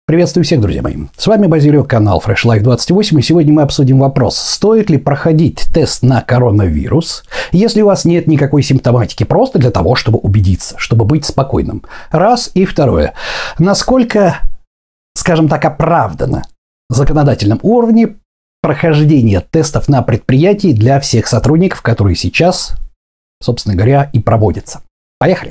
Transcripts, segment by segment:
Приветствую всех, друзья мои. С вами Базилио, канал Fresh Life 28, и сегодня мы обсудим вопрос, стоит ли проходить тест на коронавирус, если у вас нет никакой симптоматики, просто для того, чтобы убедиться, чтобы быть спокойным. Раз. И второе. Насколько, скажем так, оправдано в законодательном уровне прохождение тестов на предприятии для всех сотрудников, которые сейчас, собственно говоря, и проводятся. Поехали!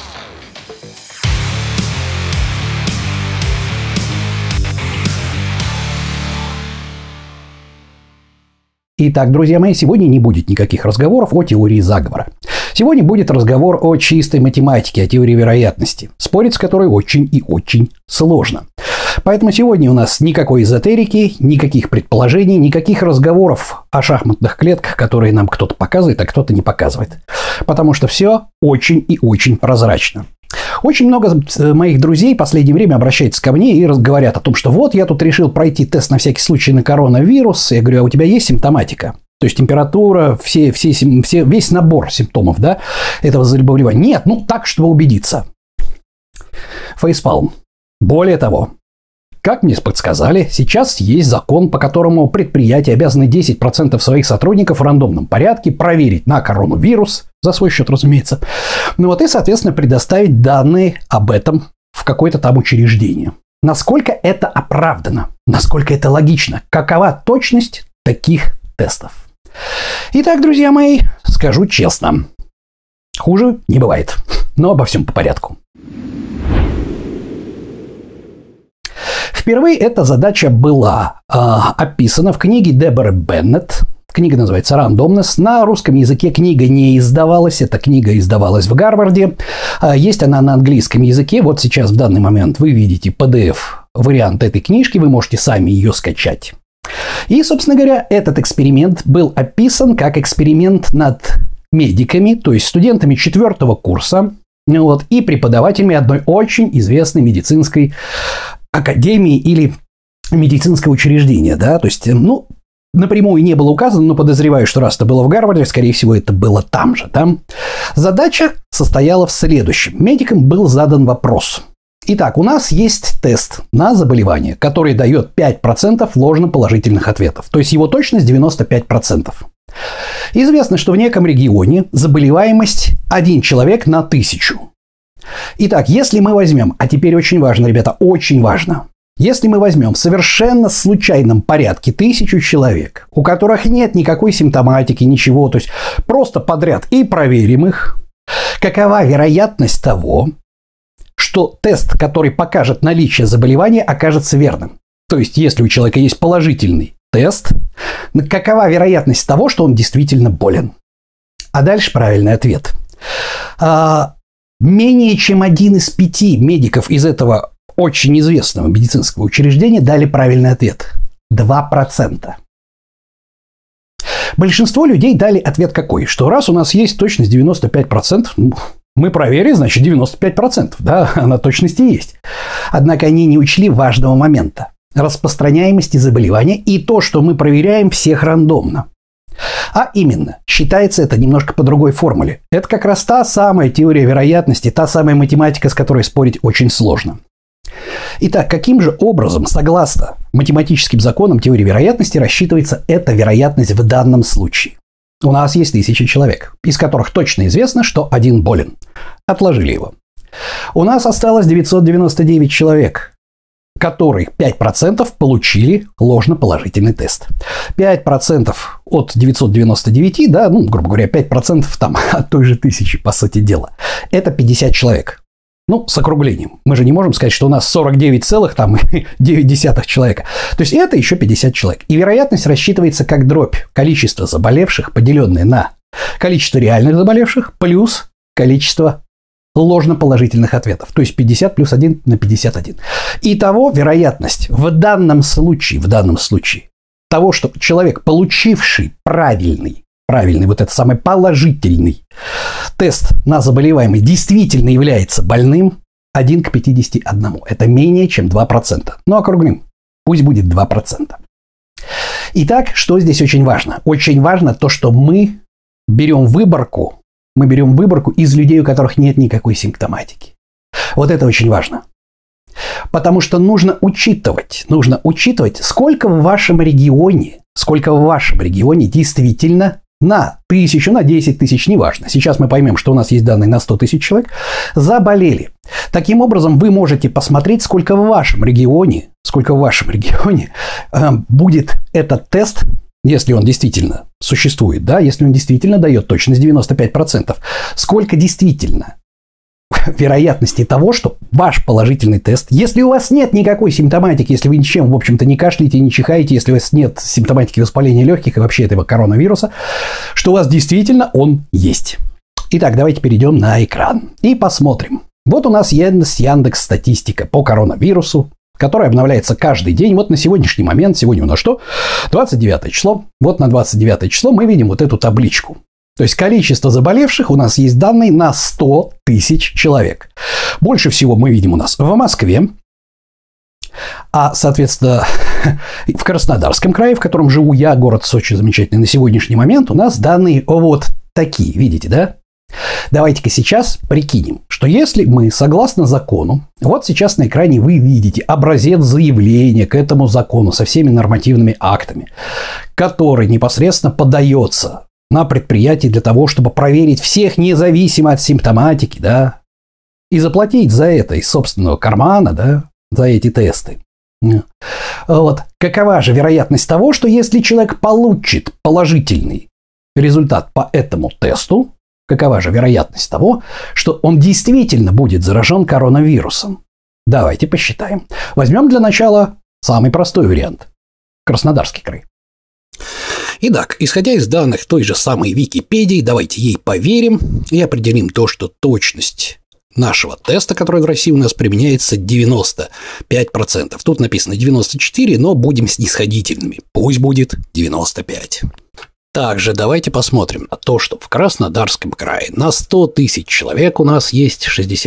Итак, друзья мои, сегодня не будет никаких разговоров о теории заговора. Сегодня будет разговор о чистой математике, о теории вероятности, спорить с которой очень и очень сложно. Поэтому сегодня у нас никакой эзотерики, никаких предположений, никаких разговоров о шахматных клетках, которые нам кто-то показывает, а кто-то не показывает. Потому что все очень и очень прозрачно. Очень много моих друзей в последнее время обращаются ко мне и говорят о том, что вот я тут решил пройти тест на всякий случай на коронавирус. Я говорю, а у тебя есть симптоматика? То есть температура, весь набор симптомов, да, этого заболевания? Нет, так, чтобы убедиться. Фейспалм. Более того, как мне подсказали, сейчас есть закон, по которому предприятия обязаны 10% своих сотрудников в рандомном порядке проверить на коронавирус, за свой счет, разумеется, и, соответственно, предоставить данные об этом в какое-то там учреждение. Насколько это оправдано, насколько это логично, какова точность таких тестов? Итак, друзья мои, скажу честно, хуже не бывает, но обо всем по порядку. Впервые эта задача была описана в книге Деборы Беннет. Книга называется «Рандомнесс». На русском языке книга не издавалась. Эта книга издавалась в Гарварде. Есть она на английском языке. Вот сейчас в данный момент вы видите PDF-вариант этой книжки. Вы можете сами ее скачать. И, собственно говоря, этот эксперимент был описан как эксперимент над медиками, то есть студентами 4-го курса, и преподавателями одной очень известной медицинской академии или медицинское учреждение, да, то есть, напрямую не было указано, но подозреваю, что раз это было в Гарварде, скорее всего, это было там же, да. Задача состояла в следующем. Медикам был задан вопрос. Итак, у нас есть тест на заболевание, который дает 5% ложноположительных ответов, то есть его точность 95%. Известно, что в неком регионе заболеваемость 1 человек на 1000. Итак, если мы возьмем, а теперь очень важно, ребята, очень важно, если мы возьмем в совершенно случайном порядке 1000 человек, у которых нет никакой симптоматики, ничего, то есть просто подряд и проверим их, какова вероятность того, что тест, который покажет наличие заболевания, окажется верным? То есть, если у человека есть положительный тест, какова вероятность того, что он действительно болен? А дальше правильный ответ. Менее чем 1 из 5 медиков из этого очень известного медицинского учреждения дали правильный ответ. 2%. Большинство людей дали ответ какой? Что раз у нас есть точность 95%, мы проверили, значит 95%. Да, она точности есть. Однако они не учли важного момента. Распространяемости заболевания и то, что мы проверяем всех рандомно. А именно, считается это немножко по другой формуле. Это как раз та самая теория вероятности, та самая математика, с которой спорить очень сложно. Итак, каким же образом, согласно математическим законам теории вероятности, рассчитывается эта вероятность в данном случае? У нас есть 1000 человек, из которых точно известно, что 1 болен. Отложили его. У нас осталось 999 человек, которых 5% получили ложноположительный тест. 5% от 999, да, грубо говоря, 5% там от той же 1000, по сути дела. Это 50 человек. С округлением. Мы же не можем сказать, что у нас 49,9 человека. То есть это еще 50 человек. И вероятность рассчитывается как дробь количества заболевших, поделенное на количество реальных заболевших, плюс количество ложноположительных ответов. То есть 50 плюс 1 на 51. Итого вероятность в данном случае того, что человек, получивший правильный, вот это самый положительный тест на заболеваемый, действительно является больным, 1 к 51. Это менее чем 2%. Округлим. Пусть будет 2%. Итак, что здесь очень важно? Очень важно то, что мы берем выборку из людей, у которых нет никакой симптоматики. Вот это очень важно. Потому что нужно учитывать, сколько в вашем регионе действительно на 1000, на 10 тысяч, неважно. Сейчас мы поймем, что у нас есть данные на 100 тысяч человек, заболели. Таким образом, вы можете посмотреть, сколько в вашем регионе будет этот тест, если он действительно существует, да, если он действительно дает точность 95%, сколько действительно вероятности того, что ваш положительный тест, если у вас нет никакой симптоматики, если вы ничем, в общем-то, не кашляете, не чихаете, если у вас нет симптоматики воспаления легких и вообще этого коронавируса, что у вас действительно он есть. Итак, давайте перейдем на экран и посмотрим. Вот у нас Яндекс статистика по коронавирусу, которая обновляется каждый день. Вот на сегодняшний момент, сегодня у нас что? 29 число. Вот на 29 число мы видим вот эту табличку. То есть количество заболевших у нас есть данные на 100 тысяч человек. Больше всего мы видим у нас в Москве, а, соответственно, в Краснодарском крае, в котором живу я, город Сочи замечательный, на сегодняшний момент у нас данные вот такие, видите, да? Давайте-ка сейчас прикинем, что если мы, согласно закону, вот сейчас на экране вы видите образец заявления к этому закону со всеми нормативными актами, который непосредственно подается на предприятие для того, чтобы проверить всех независимо от симптоматики, да, и заплатить за это из собственного кармана, да, за эти тесты. Вот. Какова же вероятность того, что если человек получит положительный результат по этому тесту, какова же вероятность того, что он действительно будет заражен коронавирусом? Давайте посчитаем. Возьмем для начала самый простой вариант – Краснодарский край. Итак, исходя из данных той же самой Википедии, давайте ей поверим и определим то, что точность нашего теста, который в России у нас применяется, 95%. Тут написано 94, но будем снисходительными. Пусть будет 95. Также давайте посмотрим на то, что в Краснодарском крае на 100 тысяч человек у нас есть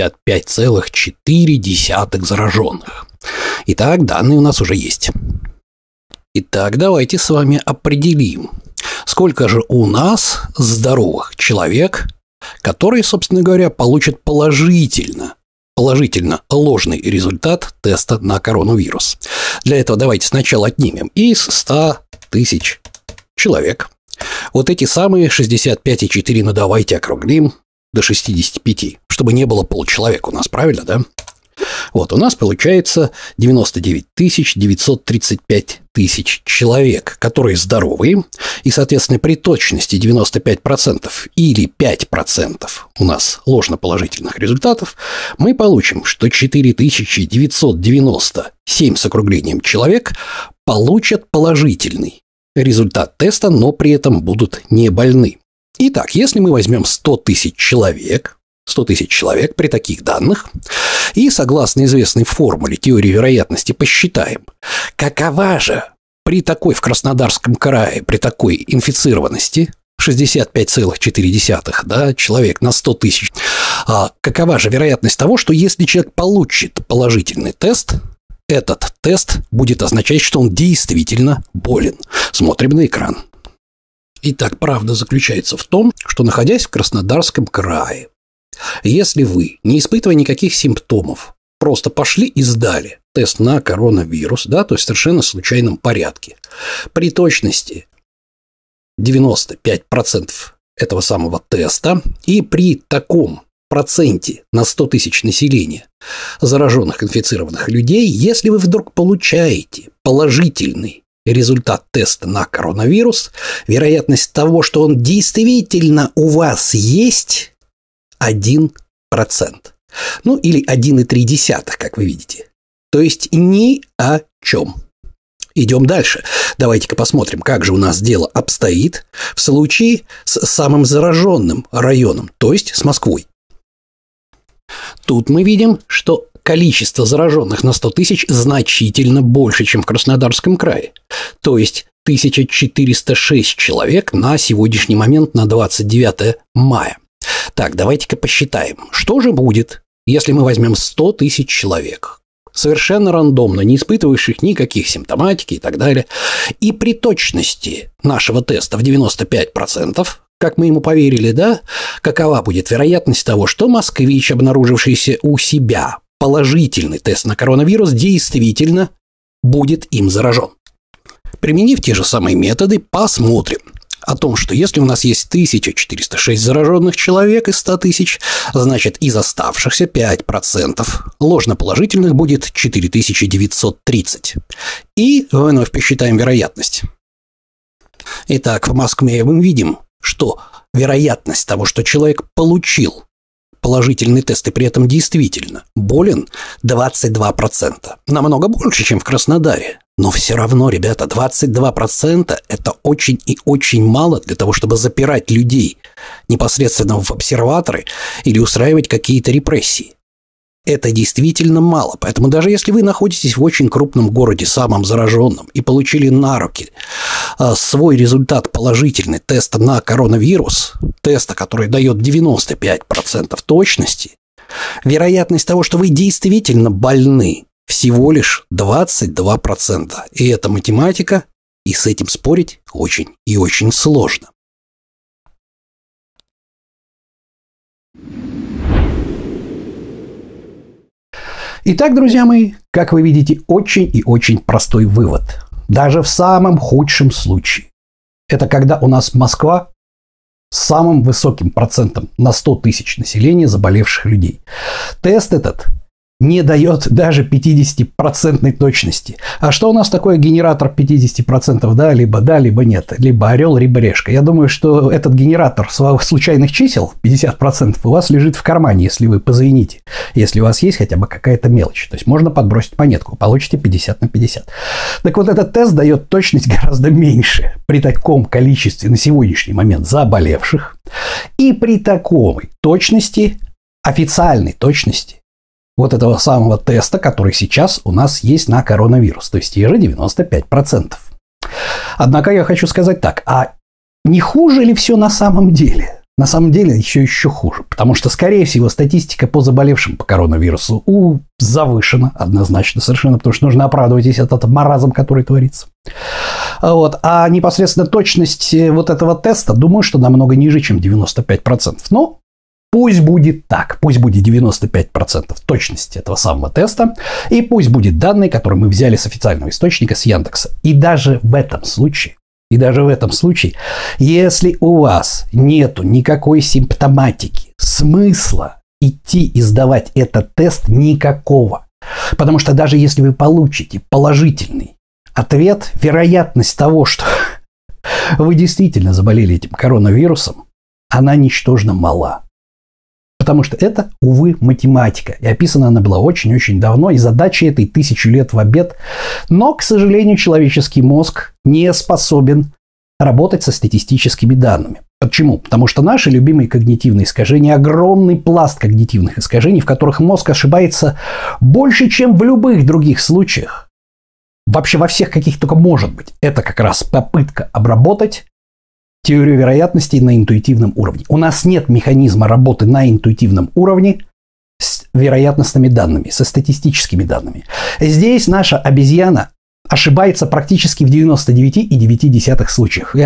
65,4 зараженных. Итак, данные у нас уже есть. Итак, давайте с вами определим, сколько же у нас здоровых человек, которые, собственно говоря, получат положительно ложный результат теста на коронавирус. Для этого давайте сначала отнимем из 100 тысяч человек вот эти самые 65,4, ну давайте округлим до 65, чтобы не было полчеловека у нас, правильно, да? Вот, у нас получается 99 935 тысяч человек, которые здоровые, и, соответственно, при точности 95% или 5% у нас ложноположительных результатов, мы получим, что 4997 с округлением человек получат положительный результат теста, но при этом будут не больны. Итак, если мы возьмем 100 тысяч человек при таких данных, и согласно известной формуле теории вероятности посчитаем, какова же при такой в Краснодарском крае, при такой инфицированности 65,4, да, человек на 100 тысяч, какова же вероятность того, что если человек получит положительный тест, этот тест будет означать, что он действительно болен. Смотрим на экран. Итак, правда заключается в том, что, находясь в Краснодарском крае, если вы, не испытывая никаких симптомов, просто пошли и сдали тест на коронавирус, да, то есть в совершенно случайном порядке, при точности 95% этого самого теста и при таком проценте на 100 тысяч населения зараженных, инфицированных людей, если вы вдруг получаете положительный результат теста на коронавирус, вероятность того, что он действительно у вас есть, 1%. Ну, или 1,3, как вы видите. То есть ни о чем. Идем дальше. Давайте-ка посмотрим, как же у нас дело обстоит в случае с самым зараженным районом, то есть с Москвой. Тут мы видим, что количество зараженных на 100 тысяч значительно больше, чем в Краснодарском крае. То есть 1406 человек на сегодняшний момент, на 29 мая. Так, давайте-ка посчитаем, что же будет, если мы возьмем 100 тысяч человек, совершенно рандомно, не испытывающих никаких симптоматики и так далее, и при точности нашего теста в 95%, как мы ему поверили, да, какова будет вероятность того, что москвич, обнаружившийся у себя положительный тест на коронавирус действительно будет им заражен. Применив те же самые методы, посмотрим о том, что если у нас есть 1406 зараженных человек из 100 тысяч, значит из оставшихся 5% ложноположительных будет 4930. И вновь посчитаем вероятность. Итак, в Москве мы видим, что вероятность того, что человек получил положительный тест и при этом действительно болен, 22%. Намного больше, чем в Краснодаре. Но все равно, ребята, 22% – это очень и очень мало для того, чтобы запирать людей непосредственно в обсерваторы или устраивать какие-то репрессии. Это действительно мало. Поэтому даже если вы находитесь в очень крупном городе, самом зараженном, и получили на руки свой результат положительный теста на коронавирус, теста, который дает 95% точности, вероятность того, что вы действительно больны, всего лишь 22%. И это математика, и с этим спорить очень и очень сложно. Итак, друзья мои, как вы видите, очень и очень простой вывод. Даже в самом худшем случае. Это когда у нас Москва с самым высоким процентом на 100 тысяч населения заболевших людей. Тест этот не дает даже 50% точности. А что у нас такое генератор 50%? Да, либо нет. Либо орел, либо решка. Я думаю, что этот генератор случайных чисел 50% у вас лежит в кармане, если вы позвоните. Если у вас есть хотя бы какая-то мелочь. То есть можно подбросить монетку. Получите 50/50. Так вот, этот тест дает точность гораздо меньше при таком количестве на сегодняшний момент заболевших. И при такой точности, официальной точности, вот этого самого теста, который сейчас у нас есть на коронавирус, то есть те же 95%. Однако я хочу сказать так, а не хуже ли все на самом деле? На самом деле еще хуже, потому что, скорее всего, статистика по заболевшим по коронавирусу завышена однозначно совершенно, потому что нужно оправдывать весь этот маразм, который творится. Вот. А непосредственно точность вот этого теста, думаю, что намного ниже, чем 95%. Но пусть будет так, пусть будет 95% точности этого самого теста, и пусть будет данные, которые мы взяли с официального источника, с Яндекса. И даже в этом случае, если у вас нету никакой симптоматики, смысла идти и сдавать этот тест никакого. Потому что даже если вы получите положительный ответ, вероятность того, что вы действительно заболели этим коронавирусом, она ничтожно мала. Потому что это, увы, математика. И описана она была очень-очень давно, и задача этой 1000 лет в обед. Но, к сожалению, человеческий мозг не способен работать со статистическими данными. Почему? Потому что наши любимые когнитивные искажения, огромный пласт когнитивных искажений, в которых мозг ошибается больше, чем в любых других случаях. Вообще во всех, каких только может быть. Это как раз попытка обработать теорию вероятностей на интуитивном уровне. У нас нет механизма работы на интуитивном уровне с вероятностными данными, со статистическими данными. Здесь наша обезьяна ошибается практически в 99,9 случаях. И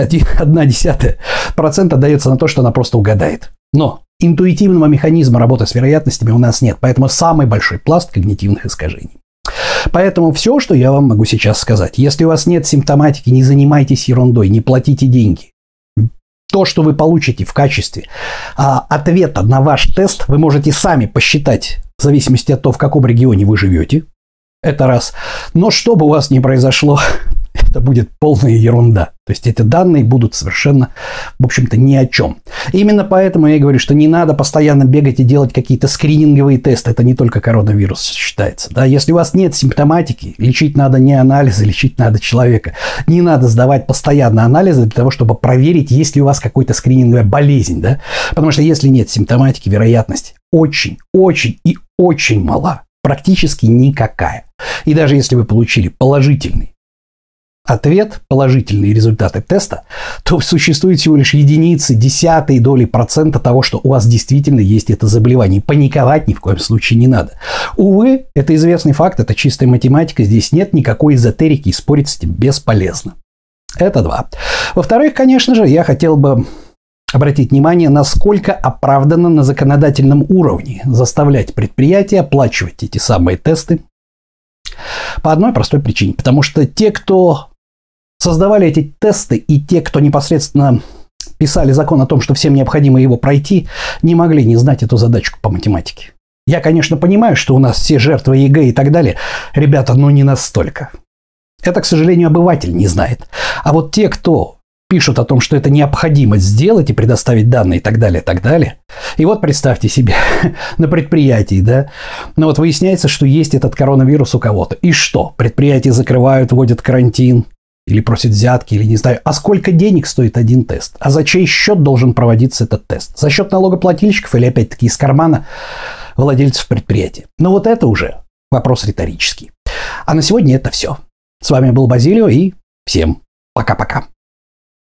0,1% дается на то, что она просто угадает. Но интуитивного механизма работы с вероятностями у нас нет. Поэтому самый большой пласт когнитивных искажений. Поэтому все, что я вам могу сейчас сказать. Если у вас нет симптоматики, не занимайтесь ерундой, не платите деньги. То, что вы получите в качестве ответа на ваш тест, вы можете сами посчитать в зависимости от того, в каком регионе вы живете. Это раз. Но что бы у вас ни произошло, это будет полная ерунда. То есть эти данные будут совершенно, в общем-то, ни о чем. Именно поэтому я говорю, что не надо постоянно бегать и делать какие-то скрининговые тесты. Это не только коронавирус считается. Да? Если у вас нет симптоматики, лечить надо не анализы, лечить надо человека. Не надо сдавать постоянно анализы для того, чтобы проверить, есть ли у вас какая-то скрининговая болезнь. Да? Потому что если нет симптоматики, вероятность очень, очень и очень мала. Практически никакая. И даже если вы получили положительный ответ, положительные результаты теста, то существует всего лишь единицы, десятые доли процента того, что у вас действительно есть это заболевание. Паниковать ни в коем случае не надо. Увы, это известный факт, это чистая математика, здесь нет никакой эзотерики, и спорить с этим бесполезно. Это два. Во-вторых, конечно же, я хотел бы обратить внимание, насколько оправдано на законодательном уровне заставлять предприятия оплачивать эти самые тесты. По одной простой причине. Потому что те, кто создавали эти тесты, и те, кто непосредственно писали закон о том, что всем необходимо его пройти, не могли не знать эту задачку по математике. Я, конечно, понимаю, что у нас все жертвы ЕГЭ и так далее. Ребята, ну не настолько. Это, к сожалению, обыватель не знает. А вот те, кто пишут о том, что это необходимо сделать и предоставить данные и так далее, и так далее. И вот представьте себе, на предприятии, да, ну вот выясняется, что есть этот коронавирус у кого-то. И что? Предприятия закрывают, вводят карантин, или просят взятки, или не знаю. А сколько денег стоит один тест? А за чей счет должен проводиться этот тест? За счет налогоплательщиков или опять-таки из кармана владельцев предприятия? Но вот это уже вопрос риторический. А на сегодня это все. С вами был Базилио и всем пока-пока.